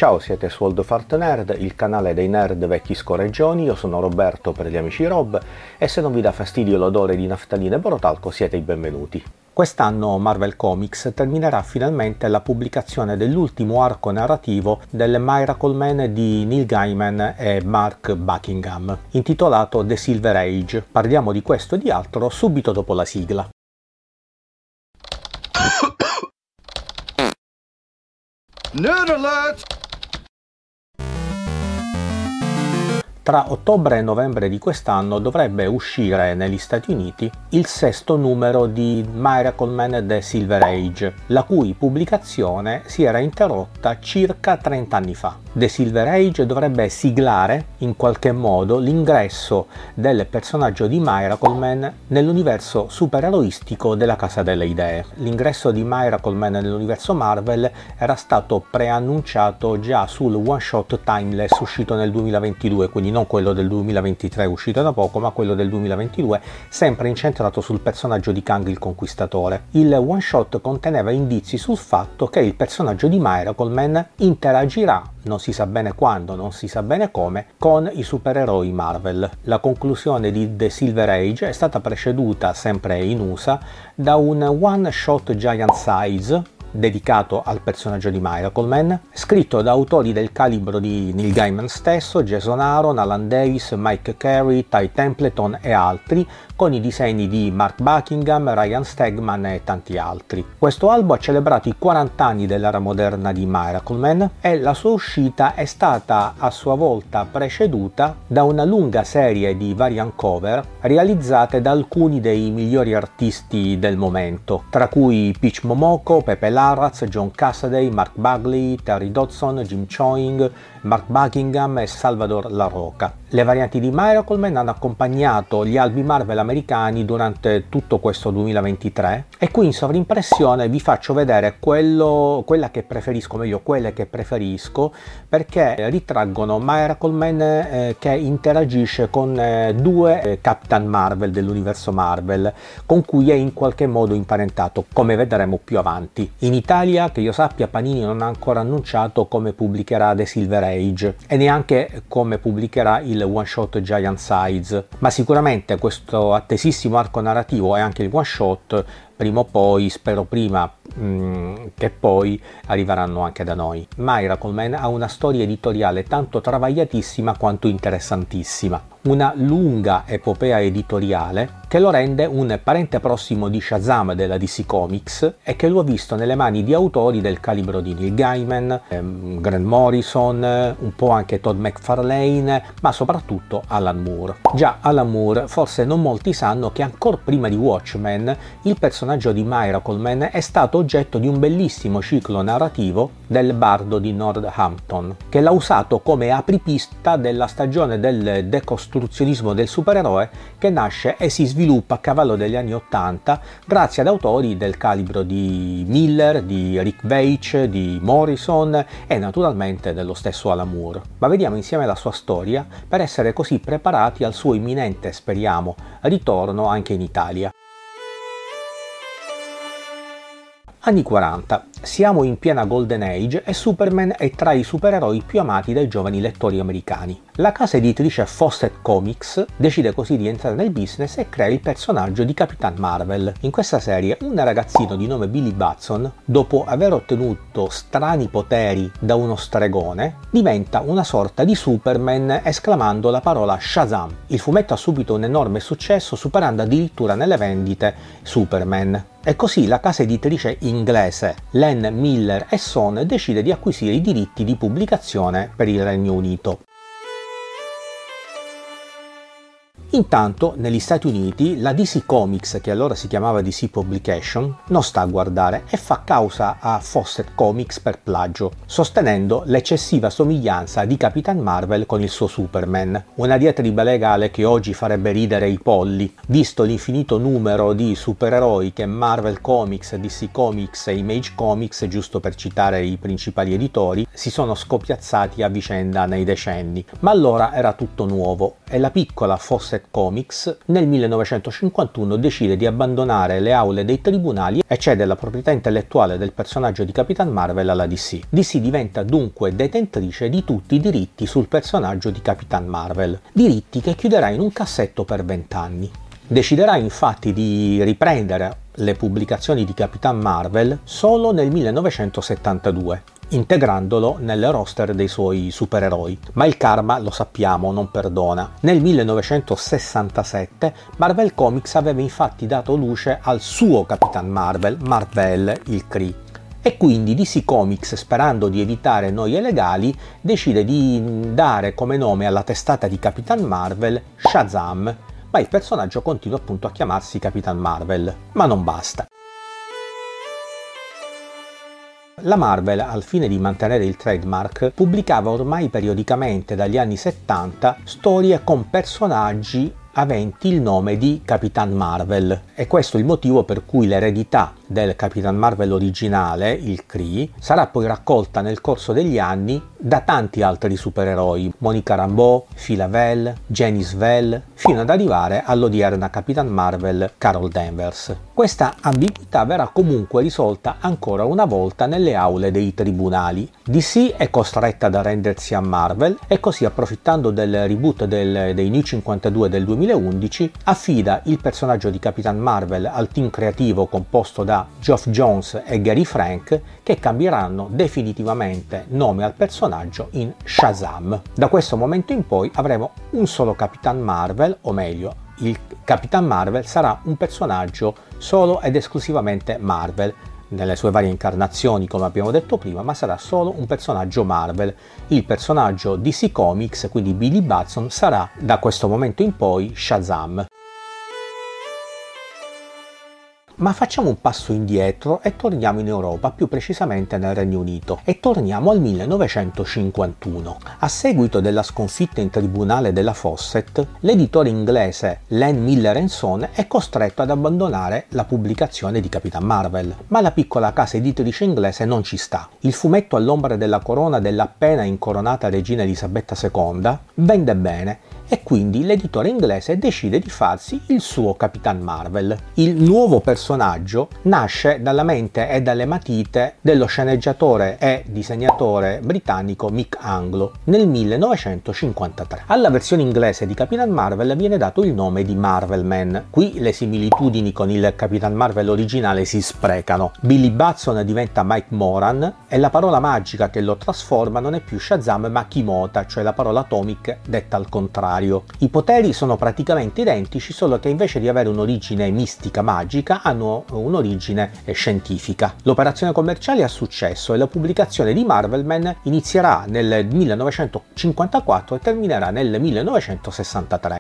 Ciao, siete su Old Fart Nerd, il canale dei nerd vecchi scorreggioni. Io sono Roberto per gli amici Rob e se non vi dà fastidio l'odore di naftalina e borotalco siete i benvenuti. Quest'anno Marvel Comics terminerà finalmente la pubblicazione dell'ultimo arco narrativo del Miracle Man di Neil Gaiman e Mark Buckingham, intitolato The Silver Age. Parliamo di questo e di altro subito dopo la sigla. Nerd Alert! Tra ottobre e novembre di quest'anno dovrebbe uscire negli Stati Uniti il sesto numero di Miracle Man The Silver Age, la cui pubblicazione si era interrotta circa 30 anni fa. The Silver Age dovrebbe siglare in qualche modo l'ingresso del personaggio di Miracle Man nell'universo supereroistico della Casa delle Idee. L'ingresso di Miracle Man nell'universo Marvel era stato preannunciato già sul one shot Timeless uscito nel 2022, quindi non quello del 2023 uscito da poco, ma quello del 2022, sempre incentrato sul personaggio di Kang il Conquistatore. Il one shot conteneva indizi sul fatto che il personaggio di Miracle Man interagirà, non si sa bene quando, non si sa bene come, con i supereroi Marvel. La conclusione di The Silver Age è stata preceduta, sempre in USA, da un one shot giant size dedicato al personaggio di Miracle Man, scritto da autori del calibro di Neil Gaiman stesso, Jason Aaron, Alan Davis, Mike Carey, Ty Templeton e altri, con i disegni di Mark Buckingham, Ryan Stegman e tanti altri. Questo albo ha celebrato i 40 anni dell'era moderna di Miracle Man e la sua uscita è stata a sua volta preceduta da una lunga serie di variant cover realizzate da alcuni dei migliori artisti del momento, tra cui Peach Momoko, Pepe Larraz, John Cassaday, Mark Bagley, Terry Dodson, Jim Choing, Mark Buckingham e Salvador La Roca. Le varianti di Miracle Man hanno accompagnato gli albi Marvel americani durante tutto questo 2023 e qui in sovrimpressione vi faccio vedere quelle che preferisco perché ritraggono Miracle Man che interagisce con due Capitan Marvel dell'universo Marvel con cui è in qualche modo imparentato, come vedremo più avanti. In Italia, che io sappia, Panini non ha ancora annunciato come pubblicherà The Silver Age e neanche come pubblicherà il one shot giant size, ma sicuramente questo attesissimo arco narrativo e anche il one shot prima o poi, spero prima che poi, arriveranno anche da noi. Miracle Man ha una storia editoriale tanto travagliatissima quanto interessantissima, una lunga epopea editoriale che lo rende un parente prossimo di Shazam della DC Comics e che lo ha visto nelle mani di autori del calibro di Neil Gaiman, Grant Morrison, un po' anche Todd McFarlane, ma soprattutto Alan Moore. Già, Alan Moore, forse non molti sanno che ancora prima di Watchmen il personaggio di Miracle Man è stato oggetto di un bellissimo ciclo narrativo del bardo di Northampton, che l'ha usato come apripista della stagione del decostruzionismo del supereroe che nasce e si sviluppa a cavallo degli anni 80 grazie ad autori del calibro di Miller, di Rick Veitch, di Morrison e naturalmente dello stesso Alan Moore. Ma vediamo insieme la sua storia per essere così preparati al suo imminente, speriamo, ritorno anche in Italia. Anni 40. Siamo in piena Golden Age e Superman è tra i supereroi più amati dai giovani lettori americani. La casa editrice Fawcett Comics decide così di entrare nel business e crea il personaggio di Capitan Marvel. In questa serie un ragazzino di nome Billy Batson, dopo aver ottenuto strani poteri da uno stregone, diventa una sorta di Superman esclamando la parola Shazam. Il fumetto ha subito un enorme successo, superando addirittura nelle vendite Superman. E così la casa editrice inglese Len Miller Son decide di acquisire i diritti di pubblicazione per il Regno Unito. Intanto, negli Stati Uniti, la DC Comics, che allora si chiamava DC Publication, non sta a guardare e fa causa a Fawcett Comics per plagio, sostenendo l'eccessiva somiglianza di Capitan Marvel con il suo Superman. Una diatriba legale che oggi farebbe ridere i polli, visto l'infinito numero di supereroi che Marvel Comics, DC Comics e Image Comics, giusto per citare i principali editori, si sono scopiazzati a vicenda nei decenni. Ma allora era tutto nuovo e la piccola Fawcett Marvel Comics nel 1951 decide di abbandonare le aule dei tribunali e cede la proprietà intellettuale del personaggio di Capitan Marvel alla DC. DC diventa dunque detentrice di tutti i diritti sul personaggio di Capitan Marvel, diritti che chiuderà in un cassetto per 20 anni. Deciderà infatti di riprendere le pubblicazioni di Capitan Marvel solo nel 1972, integrandolo nel roster dei suoi supereroi. Ma il karma, lo sappiamo, non perdona. Nel 1967 Marvel Comics aveva infatti dato luce al suo Capitan Marvel, Mar-Vell, il Kree. E quindi DC Comics, sperando di evitare noie legali, decide di dare come nome alla testata di Capitan Marvel Shazam, ma il personaggio continua appunto a chiamarsi Capitan Marvel. Ma non basta. La Marvel, al fine di mantenere il trademark, pubblicava ormai periodicamente dagli anni 70 storie con personaggi aventi il nome di Capitan Marvel, e questo è il motivo per cui l'eredità del Capitan Marvel originale, il Kree, sarà poi raccolta nel corso degli anni da tanti altri supereroi, Monica Rambeau, Phyla Vell, Janice Vell, fino ad arrivare all'odierna Capitan Marvel Carol Danvers. Questa ambiguità verrà comunque risolta ancora una volta nelle aule dei tribunali. DC è costretta ad arrendersi a Marvel e così, approfittando del reboot dei New 52 del 2011, affida il personaggio di Capitan Marvel al team creativo composto da Geoff Johns e Gary Frank, che cambieranno definitivamente nome al personaggio in Shazam. Da questo momento in poi avremo un solo Capitan Marvel, o meglio, il Capitan Marvel sarà un personaggio solo ed esclusivamente Marvel, nelle sue varie incarnazioni come abbiamo detto prima, ma sarà solo un personaggio Marvel. Il personaggio DC Comics, quindi Billy Batson, sarà da questo momento in poi Shazam. Ma facciamo un passo indietro e torniamo in Europa, più precisamente nel Regno Unito, e torniamo al 1951. A seguito della sconfitta in tribunale della Fawcett, l'editore inglese Len Miller & Son è costretto ad abbandonare la pubblicazione di Capitan Marvel. Ma la piccola casa editrice inglese non ci sta. Il fumetto all'ombra della corona dell'appena incoronata regina Elisabetta II vende bene, e quindi l'editore inglese decide di farsi il suo Capitan Marvel. Il nuovo personaggio nasce dalla mente e dalle matite dello sceneggiatore e disegnatore britannico Mick Anglo nel 1953. Alla versione inglese di Capitan Marvel viene dato il nome di Marvel Man. Qui le similitudini con il Capitan Marvel originale si sprecano. Billy Batson diventa Mike Moran e la parola magica che lo trasforma non è più Shazam ma Kimota, cioè la parola atomic detta al contrario. I poteri sono praticamente identici, solo che invece di avere un'origine mistica magica hanno un'origine scientifica. L'operazione commerciale ha successo e la pubblicazione di Marvel Man inizierà nel 1954 e terminerà nel 1963.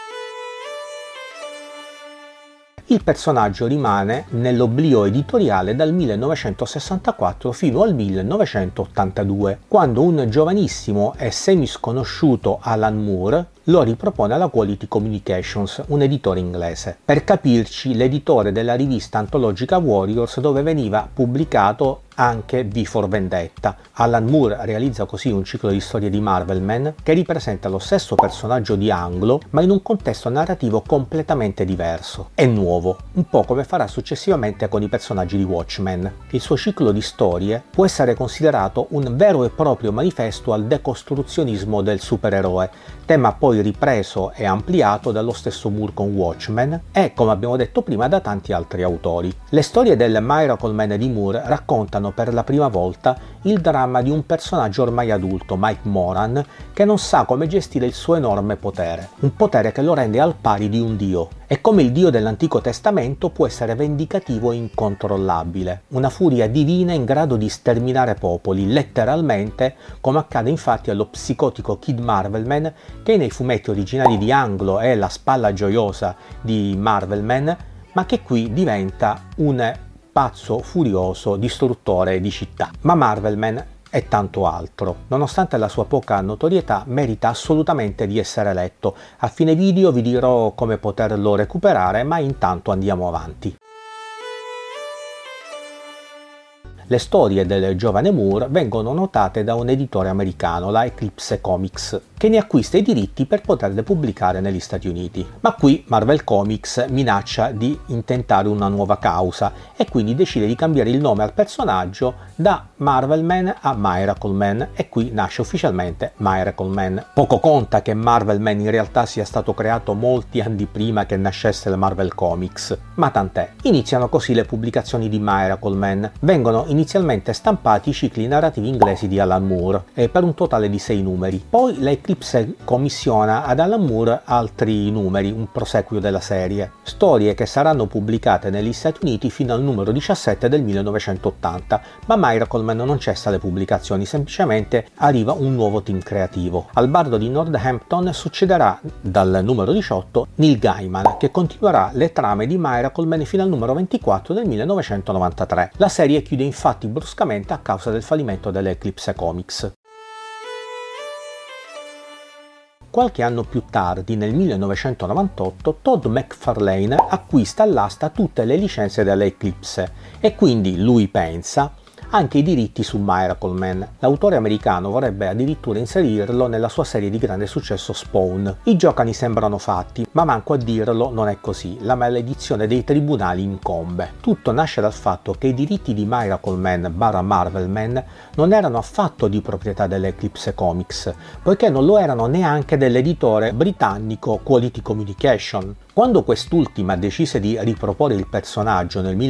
Il personaggio rimane nell'oblio editoriale dal 1964 fino al 1982, quando un giovanissimo e semisconosciuto Alan Moore lo ripropone alla Quality Communications, un editore inglese. Per capirci, l'editore della rivista antologica Warriors, dove veniva pubblicato anche V for Vendetta. Alan Moore realizza così un ciclo di storie di Marvel Man che ripresenta lo stesso personaggio di Anglo, ma in un contesto narrativo completamente diverso e nuovo, un po' come farà successivamente con i personaggi di Watchmen. Il suo ciclo di storie può essere considerato un vero e proprio manifesto al decostruzionismo del supereroe, tema poi ripreso e ampliato dallo stesso Moore con Watchmen e, come abbiamo detto prima, da tanti altri autori. Le storie del Miracle Man di Moore raccontano per la prima volta il dramma di un personaggio ormai adulto, Mike Moran, che non sa come gestire il suo enorme potere, un potere che lo rende al pari di un dio. E come il Dio dell'Antico Testamento può essere vendicativo e incontrollabile, una furia divina in grado di sterminare popoli, letteralmente, come accade infatti allo psicotico Kid Marvelman, che nei fumetti originali di Anglo è la spalla gioiosa di Marvelman, ma che qui diventa un pazzo furioso distruttore di città. Ma Marvelman e tanto altro. Nonostante la sua poca notorietà, merita assolutamente di essere letto. A fine video vi dirò come poterlo recuperare, ma intanto andiamo avanti. Le storie del giovane Moore vengono notate da un editore americano, la Eclipse Comics, che ne acquista i diritti per poterle pubblicare negli Stati Uniti. Ma qui Marvel Comics minaccia di intentare una nuova causa e quindi decide di cambiare il nome al personaggio da Marvel Man a Miracle Man, e qui nasce ufficialmente Miracle Man. Poco conta che Marvel Man in realtà sia stato creato molti anni prima che nascesse la Marvel Comics, ma tant'è. Iniziano così le pubblicazioni di Miracle Man. Vengono inizialmente stampati i cicli narrativi inglesi di Alan Moore per un totale di 6 numeri. Poi la Eclipse commissiona ad Alan Moore altri numeri, un proseguio della serie, storie che saranno pubblicate negli Stati Uniti fino al numero 17 del 1980, ma Miracle Man non cessa le pubblicazioni, semplicemente arriva un nuovo team creativo. Al bardo di Northampton succederà dal numero 18 Neil Gaiman, che continuerà le trame di Miracle Man fino al numero 24 del 1993. La serie chiude infatti bruscamente a causa del fallimento dell'Eclipse Comics. Qualche anno più tardi, nel 1998, Todd McFarlane acquista all'asta tutte le licenze dell'Eclipse e quindi, lui pensa, anche i diritti su Miracle Man. L'autore americano vorrebbe addirittura inserirlo nella sua serie di grande successo Spawn. I giocani sembrano fatti, ma manco a dirlo non è così. La maledizione dei tribunali incombe. Tutto nasce dal fatto che i diritti di Miracle Man / Marvel Man non erano affatto di proprietà dell'Eclipse Comics, poiché non lo erano neanche dell'editore britannico Quality Communication. Quando quest'ultima decise di riproporre il personaggio nel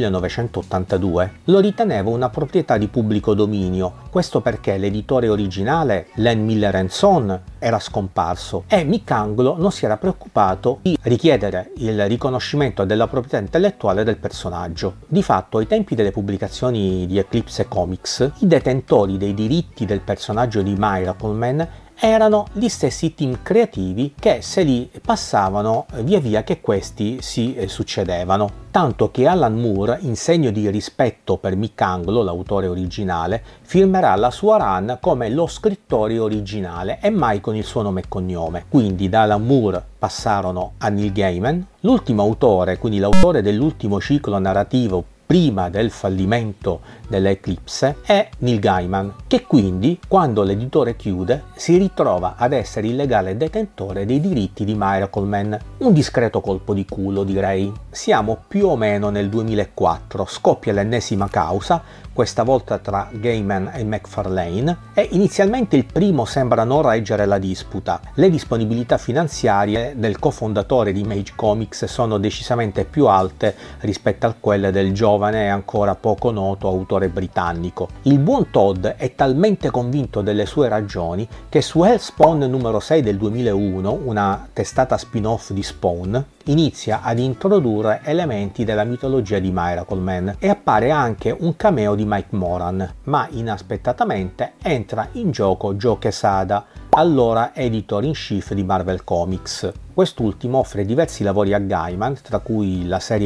1982, lo riteneva una proprietà di pubblico dominio, questo perché l'editore originale, Len Miller Son, era scomparso e Mick Anglo non si era preoccupato di richiedere il riconoscimento della proprietà intellettuale del personaggio. Di fatto, ai tempi delle pubblicazioni di Eclipse Comics, i detentori dei diritti del personaggio di Miracle Man erano gli stessi team creativi che se li passavano via via che questi si succedevano, tanto che Alan Moore, in segno di rispetto per Mick Anglo, l'autore originale, firmerà la sua run come lo scrittore originale e mai con il suo nome e cognome. Quindi da Alan Moore passarono a Neil Gaiman, l'ultimo autore, quindi l'autore dell'ultimo ciclo narrativo prima del fallimento dell'Eclipse, è Neil Gaiman, che quindi, quando l'editore chiude, si ritrova ad essere il legale detentore dei diritti di Miracle Man. Un discreto colpo di culo, direi. Siamo più o meno nel 2004, scoppia l'ennesima causa, questa volta tra Gaiman e McFarlane, e inizialmente il primo sembra non reggere la disputa. Le disponibilità finanziarie del cofondatore di Image Comics sono decisamente più alte rispetto a quelle del giovane e ancora poco noto autore britannico. Il buon Todd è talmente convinto delle sue ragioni che su Hellspawn numero 6 del 2001, una testata spin-off di Spawn, inizia ad introdurre elementi della mitologia di Miracle Man e appare anche un cameo di Mike Moran, ma inaspettatamente entra in gioco Joe Quesada, allora editor in chief di Marvel Comics. Quest'ultimo offre diversi lavori a Gaiman, tra cui la serie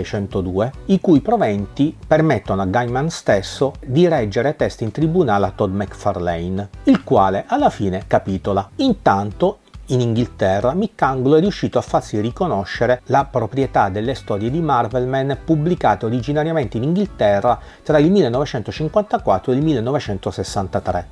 1602, i cui proventi permettono a Gaiman stesso di reggere teste in tribunale a Todd McFarlane, il quale alla fine capitola. Intanto in Inghilterra Mick Anglo è riuscito a farsi riconoscere la proprietà delle storie di Marvel Man pubblicate originariamente in Inghilterra tra il 1954 e il 1963.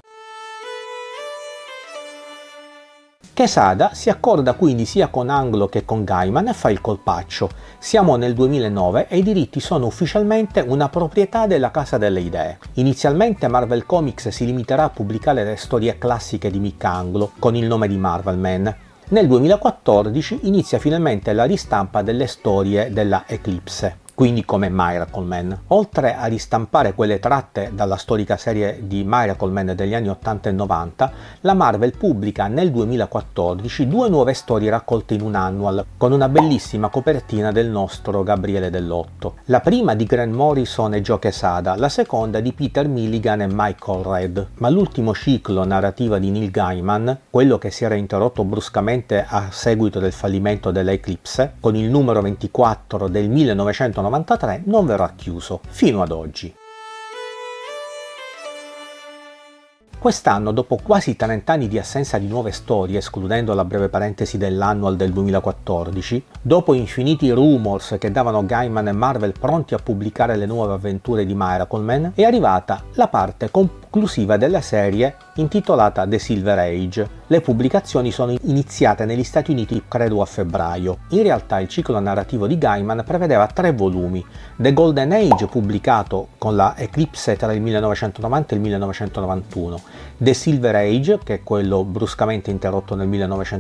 Quesada si accorda quindi sia con Anglo che con Gaiman e fa il colpaccio. Siamo nel 2009 e i diritti sono ufficialmente una proprietà della Casa delle Idee. Inizialmente Marvel Comics si limiterà a pubblicare le storie classiche di Mick Anglo con il nome di Marvel Man. Nel 2014 inizia finalmente la ristampa delle storie della Eclipse, quindi come Miracle Man. Oltre a ristampare quelle tratte dalla storica serie di Miracle Man degli anni 80 e 90, la Marvel pubblica nel 2014 due nuove storie raccolte in un annual, con una bellissima copertina del nostro Gabriele Dell'Otto. La prima di Grant Morrison e Joe Quesada, la seconda di Peter Milligan e Michael Red. Ma l'ultimo ciclo narrativo di Neil Gaiman, quello che si era interrotto bruscamente a seguito del fallimento dell'Eclipse, con il numero 24 del 1993, non verrà chiuso fino ad oggi. Quest'anno, dopo quasi 30 anni di assenza di nuove storie, escludendo la breve parentesi dell'annual del 2014, dopo infiniti rumors che davano Gaiman e Marvel pronti a pubblicare le nuove avventure di Miracleman, è arrivata la parte conclusiva della serie intitolata The Silver Age. Le pubblicazioni sono iniziate negli Stati Uniti credo a febbraio. In realtà il ciclo narrativo di Gaiman prevedeva 3 volumi: The Golden Age, pubblicato con la eclisse tra il 1990 e il 1991, The Silver Age, che è quello bruscamente interrotto nel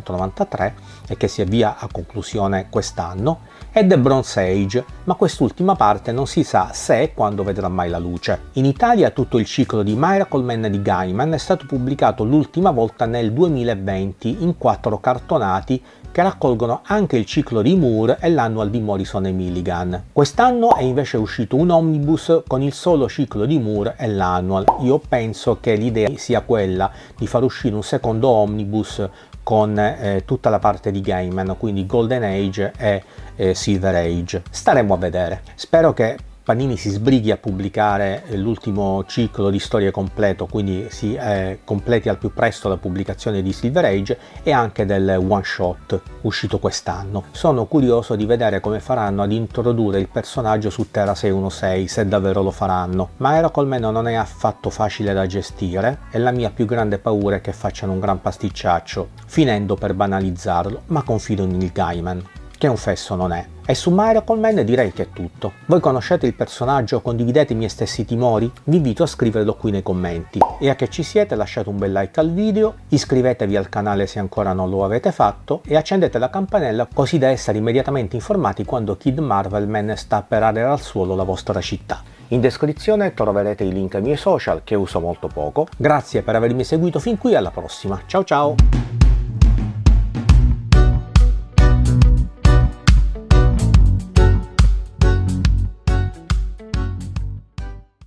1993 e che si avvia a conclusione quest'anno, e The Bronze Age, ma quest'ultima parte non si sa se e quando vedrà mai la luce. In Italia tutto il ciclo di Miracleman di Gaiman è stato pubblicato l'ultima volta nel 2020 in 4 cartonati che raccolgono anche il ciclo di Moore e l'annual di Morrison e Milligan. Quest'anno è invece uscito un omnibus con il solo ciclo di Moore e l'annual. Io penso che l'idea sia quella di far uscire un secondo omnibus con tutta la parte di Gaiman, quindi Golden Age e Silver Age. Staremo a vedere. Spero che Panini si sbrighi a pubblicare l'ultimo ciclo di storie completo, quindi si completi al più presto la pubblicazione di Silver Age e anche del one shot uscito quest'anno. Sono curioso di vedere come faranno ad introdurre il personaggio su Terra 616, se davvero lo faranno. Ma Miracleman non è affatto facile da gestire e la mia più grande paura è che facciano un gran pasticciaccio, finendo per banalizzarlo, ma confido in il Gaiman, che un fesso non è. E su Miracleman direi che è tutto. Voi conoscete il personaggio? Condividete i miei stessi timori? Vi invito a scriverlo qui nei commenti. E a che ci siete lasciate un bel like al video, iscrivetevi al canale se ancora non lo avete fatto e accendete la campanella così da essere immediatamente informati quando Kid Marvelman sta per arare al suolo la vostra città. In descrizione troverete i link ai miei social che uso molto poco. Grazie per avermi seguito fin qui, alla prossima. Ciao ciao!